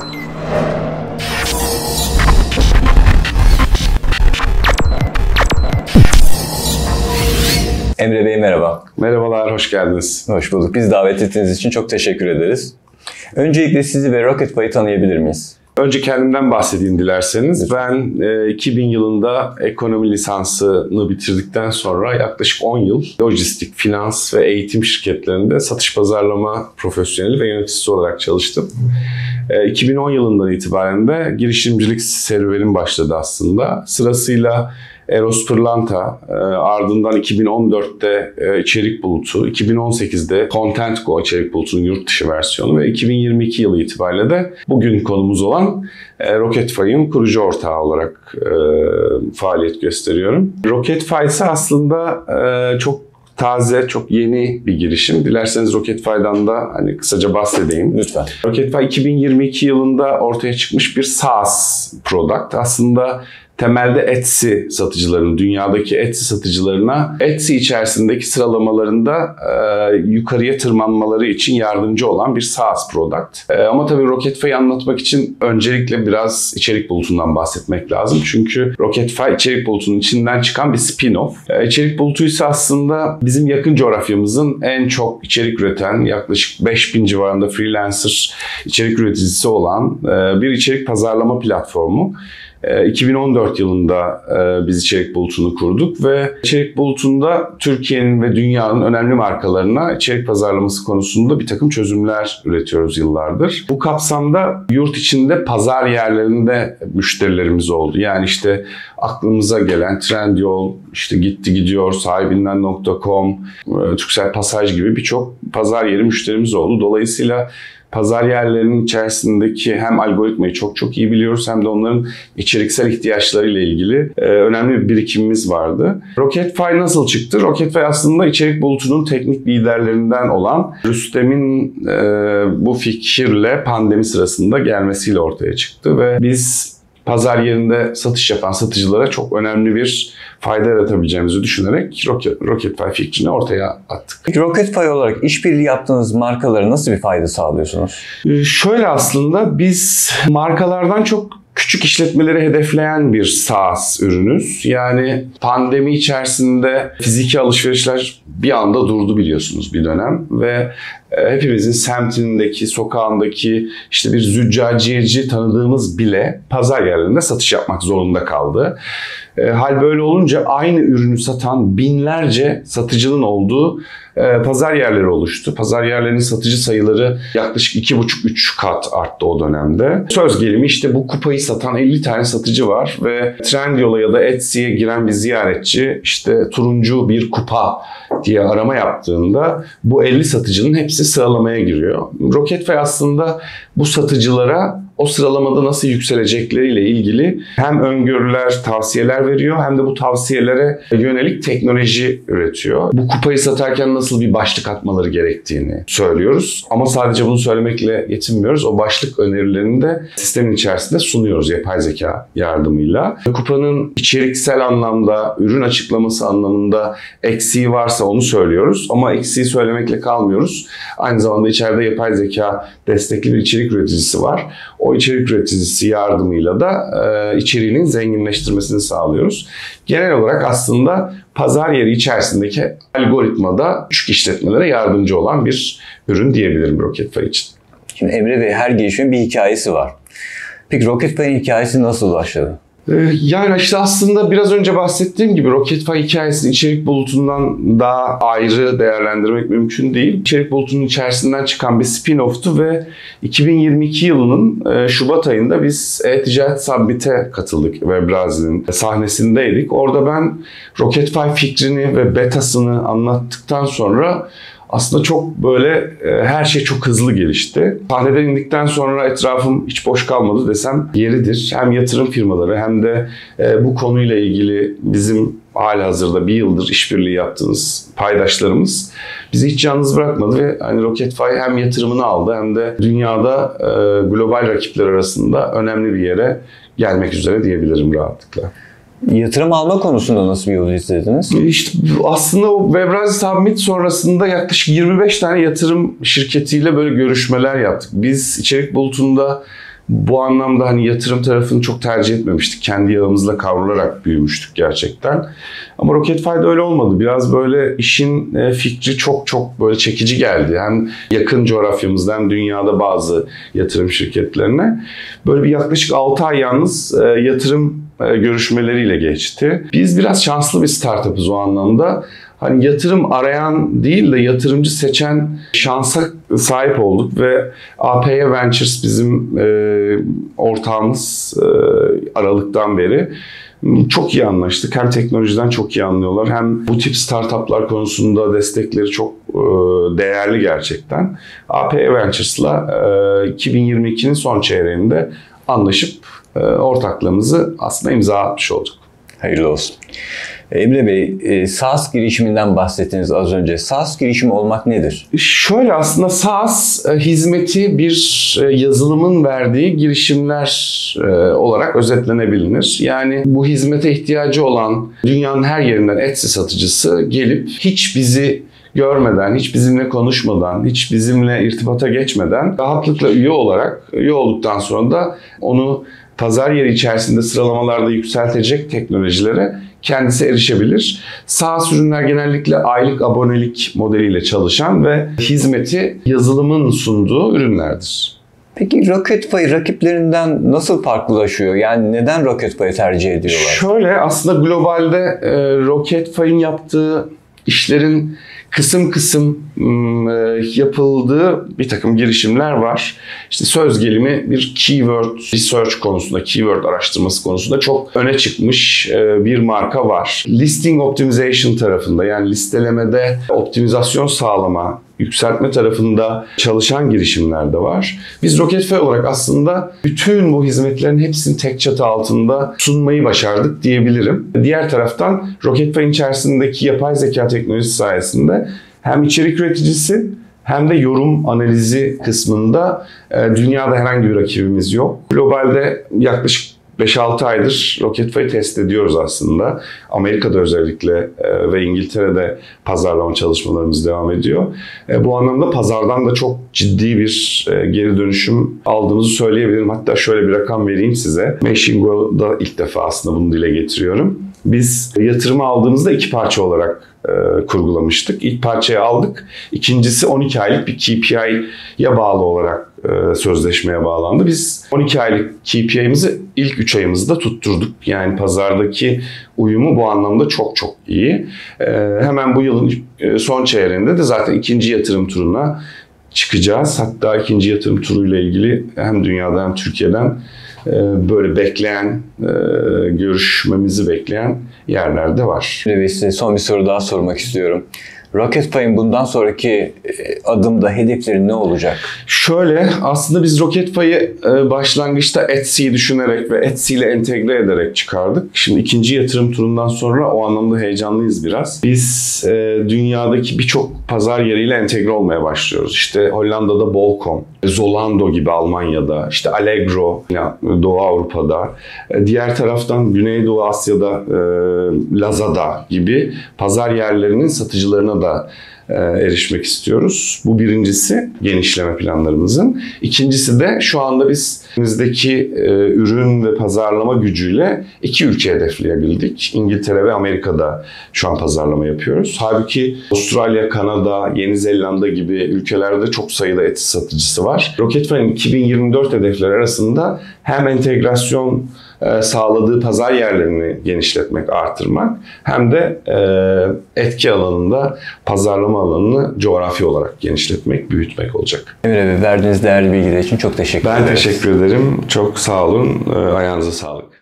Emre Bey merhaba. Merhabalar, hoş geldiniz. Hoş bulduk. Biz davet ettiğiniz için çok teşekkür ederiz. Öncelikle sizi ve RocketFi'yi tanıyabilir miyiz? Önce kendimden bahsedeyim dilerseniz. Ben 2000 yılında ekonomi lisansını bitirdikten sonra yaklaşık 10 yıl lojistik, finans ve eğitim şirketlerinde satış pazarlama profesyoneli ve yöneticisi olarak çalıştım. 2010 yılından itibaren de girişimcilik serüvenim başladı aslında. Sırasıyla Eros Pırlanta, ardından 2014'te İçerik Bulutu, 2018'de Content.go İçerik Bulutu'nun yurt dışı versiyonu ve 2022 yılı itibariyle de bugün konumuz olan RocketFi'nin kurucu ortağı olarak faaliyet gösteriyorum. RocketFi ise aslında çok taze, çok yeni bir girişim. Dilerseniz RocketFi'den da kısaca bahsedeyim. Lütfen. RocketFi 2022 yılında ortaya çıkmış bir SaaS product. Aslında temelde Etsy satıcılarının, dünyadaki Etsy satıcılarına Etsy içerisindeki sıralamalarında yukarıya tırmanmaları için yardımcı olan bir SaaS product. Ama tabii RocketFi'yi anlatmak için öncelikle biraz içerik bulutundan bahsetmek lazım. Çünkü RocketFi içerik bulutunun içinden çıkan bir spin-off. İçerik bulutu ise aslında bizim yakın coğrafyamızın en çok içerik üreten, yaklaşık 5000 civarında freelancer içerik üreticisi olan bir içerik pazarlama platformu. 2014 yılında biz İçerik Bulutu'nu kurduk ve İçerik Bulutu'nda Türkiye'nin ve dünyanın önemli markalarına içerik pazarlaması konusunda bir takım çözümler üretiyoruz yıllardır. Bu kapsamda yurt içinde pazar yerlerinde müşterilerimiz oldu. Yani işte aklımıza gelen Trendyol, işte Gitti Gidiyor, Sahibinden.com, Turkcell Pasaj gibi birçok pazar yeri müşterimiz oldu. Dolayısıyla pazar yerlerinin içerisindeki hem algoritmayı çok iyi biliyoruz hem de onların içeriksel ihtiyaçlarıyla ilgili önemli bir birikimimiz vardı. RocketFi nasıl çıktı? RocketFi aslında içerik bulutunun teknik liderlerinden olan Rüstem'in bu fikirle pandemi sırasında gelmesiyle ortaya çıktı ve biz pazar yerinde satış yapan satıcılara çok önemli bir fayda yaratabileceğimizi düşünerek RocketFi fikrini ortaya attık. RocketFi olarak işbirliği yaptığınız markalara nasıl bir fayda sağlıyorsunuz? Şöyle aslında biz markalardan çok küçük işletmeleri hedefleyen bir SaaS ürünüz. Yani pandemi içerisinde fiziki alışverişler bir anda durdu biliyorsunuz bir dönem ve hepimizin semtindeki, sokağındaki işte bir züccaciyeci tanıdığımız bile pazar yerlerinde satış yapmak zorunda kaldı. Hal böyle olunca aynı ürünü satan binlerce satıcının olduğu pazar yerleri oluştu. Pazar yerlerinin satıcı sayıları yaklaşık 2,5-3 kat arttı o dönemde. Söz gelimi işte bu kupayı satan 50 tane satıcı var ve Trendyol'a ya da Etsy'ye giren bir ziyaretçi işte turuncu bir kupa diye arama yaptığında bu 50 satıcının hepsi sıralamaya giriyor. RocketFi aslında bu satıcılara o sıralamada nasıl yükselecekleriyle ilgili hem öngörüler, tavsiyeler veriyor hem de bu tavsiyelere yönelik teknoloji üretiyor. Bu kupayı satarken nasıl bir başlık atmaları gerektiğini söylüyoruz. Ama sadece bunu söylemekle yetinmiyoruz. O başlık önerilerini de sistemin içerisinde sunuyoruz yapay zeka yardımıyla. Kupanın içeriksel anlamda, ürün açıklaması anlamında eksiği varsa onu söylüyoruz. Ama eksiği söylemekle kalmıyoruz. Aynı zamanda içeride yapay zeka destekli bir içerik üreticisi var. O içerik üreticisi yardımıyla da içeriğinin zenginleştirmesini sağlıyoruz. Genel olarak aslında pazar yeri içerisindeki algoritmada küçük işletmelere yardımcı olan bir ürün diyebilirim RocketFi için. Şimdi Emre Bey, her girişimin bir hikayesi var. Peki RocketFi'nin hikayesi nasıl başladı? Yani işte aslında biraz önce bahsettiğim gibi RocketFi hikayesini içerik bulutundan daha ayrı değerlendirmek mümkün değil. İçerik bulutunun içerisinden çıkan bir spin-off'tu ve 2022 yılının Şubat ayında biz E-Ticaret Summit'e katıldık ve Brazil'in sahnesindeydik. Orada ben RocketFi fikrini ve betasını anlattıktan sonra aslında çok böyle her şey çok hızlı gelişti. Sahneden indikten sonra etrafım hiç boş kalmadı desem yeridir. Hem yatırım firmaları hem de bu konuyla ilgili bizim halihazırda bir yıldır işbirliği yaptığımız paydaşlarımız bizi hiç yalnız bırakmadı ve hani RocketFi hem yatırımını aldı hem de dünyada global rakipler arasında önemli bir yere gelmek üzere diyebilirim rahatlıkla. Yatırım alma konusunda nasıl bir yol izlediniz? İşte aslında o Brazil Summit sonrasında yaklaşık 25 tane yatırım şirketiyle böyle görüşmeler yaptık. Biz içerik bulutunda Bu anlamda hani yatırım tarafını çok tercih etmemiştik. Kendi yağımızla kavrularak büyümüştük gerçekten. Ama RocketFi'de öyle olmadı. Biraz böyle işin fikri çok böyle çekici geldi. Hem yakın coğrafyamızda hem dünyada bazı yatırım şirketlerine. Böyle bir yaklaşık 6 ay yalnız yatırım görüşmeleriyle geçti. Biz biraz şanslı bir startup'ız o anlamda. Hani yatırım arayan değil de yatırımcı seçen şansa sahip olduk ve APY Ventures bizim ortağımız Aralık'tan beri. Çok iyi anlaştık. Hem teknolojiden çok iyi anlıyorlar hem bu tip startuplar konusunda destekleri çok değerli gerçekten. APY Ventures'la 2022'nin son çeyreğinde anlaşıp ortaklığımızı aslında imza atmış olduk. Hayırlı olsun. Emre Bey, SaaS girişiminden bahsettiniz az önce. SaaS girişimi olmak nedir? Şöyle aslında SaaS hizmeti bir yazılımın verdiği girişimler olarak özetlenebilir. Yani bu hizmete ihtiyacı olan dünyanın her yerinden Etsy satıcısı gelip hiç bizi görmeden, hiç bizimle konuşmadan, hiç bizimle irtibata geçmeden rahatlıkla üye olduktan sonra da onu pazar yeri içerisinde sıralamalarda yükseltecek teknolojilere kendisi erişebilir. SaaS ürünler genellikle aylık abonelik modeliyle çalışan ve hizmeti yazılımın sunduğu ürünlerdir. Peki RocketFi rakiplerinden nasıl farklılaşıyor? Yani neden RocketFi'yi tercih ediyorlar? Şöyle aslında globalde RocketFi'nin yaptığı işlerin kısım yapıldığı bir takım girişimler var. İşte söz gelimi bir keyword research konusunda, keyword araştırması konusunda çok öne çıkmış bir marka var. Listing optimization tarafında yani listelemede optimizasyon sağlama, yükseltme tarafında çalışan girişimler de var. Biz RocketFi olarak aslında bütün bu hizmetlerin hepsini tek çatı altında sunmayı başardık diyebilirim. Diğer taraftan RocketFi'nin içerisindeki yapay zeka teknolojisi sayesinde hem içerik üreticisi hem de yorum analizi kısmında dünyada herhangi bir rakibimiz yok. Globalde yaklaşık 5-6 aydır RocketFi'yi test ediyoruz aslında. Amerika'da özellikle ve İngiltere'de pazarlama çalışmalarımız devam ediyor. Bu anlamda pazardan da çok ciddi bir geri dönüşüm aldığımızı söyleyebilirim. Hatta şöyle bir rakam vereyim size. Machingo'da ilk defa aslında bunu dile getiriyorum. Biz yatırımı aldığımızda 2 parça olarak kurgulamıştık. İlk parçayı aldık. İkincisi 12 aylık bir KPI'ye bağlı olarak sözleşmeye bağlandı. Biz 12 aylık KPI'mizi ilk 3 ayımızda tutturduk. Yani pazardaki uyumu bu anlamda çok iyi. Hemen bu yılın son çeyreğinde de zaten ikinci yatırım turuna çıkacağız. Hatta ikinci yatırım turuyla ilgili hem dünyada hem Türkiye'den böyle bekleyen, görüşmemizi bekleyen yerler de var. Ve size son bir soru daha sormak istiyorum. RocketFi'nin bundan sonraki adımda hedefleri ne olacak? Şöyle aslında biz RocketFi'yi başlangıçta Etsy'yi düşünerek ve Etsy ile entegre ederek çıkardık. Şimdi ikinci yatırım turundan sonra o anlamda heyecanlıyız biraz. Biz dünyadaki birçok pazar yeriyle entegre olmaya başlıyoruz. İşte Hollanda'da Bol.com, Zalando gibi Almanya'da, işte Allegro Doğu Avrupa'da, diğer taraftan Güneydoğu Asya'da Lazada gibi pazar yerlerinin satıcılarına da erişmek istiyoruz. Bu birincisi genişleme planlarımızın. İkincisi de şu anda bizimizdeki ürün ve pazarlama gücüyle 2 ülke hedefleyebildik. İngiltere ve Amerika'da şu an pazarlama yapıyoruz. Halbuki Avustralya, Kanada, Yeni Zelanda gibi ülkelerde çok sayıda Etsy satıcısı var. RocketFi'nin 2024 hedefleri arasında hem entegrasyon sağladığı pazar yerlerini genişletmek, artırmak hem de etki alanında pazarlama alanını coğrafi olarak genişletmek, büyütmek olacak. Emre Bey, verdiğiniz değerli bilgiler için çok teşekkür ederim. Ben teşekkür ederim. Çok sağ olun. Ayağınıza sağlık.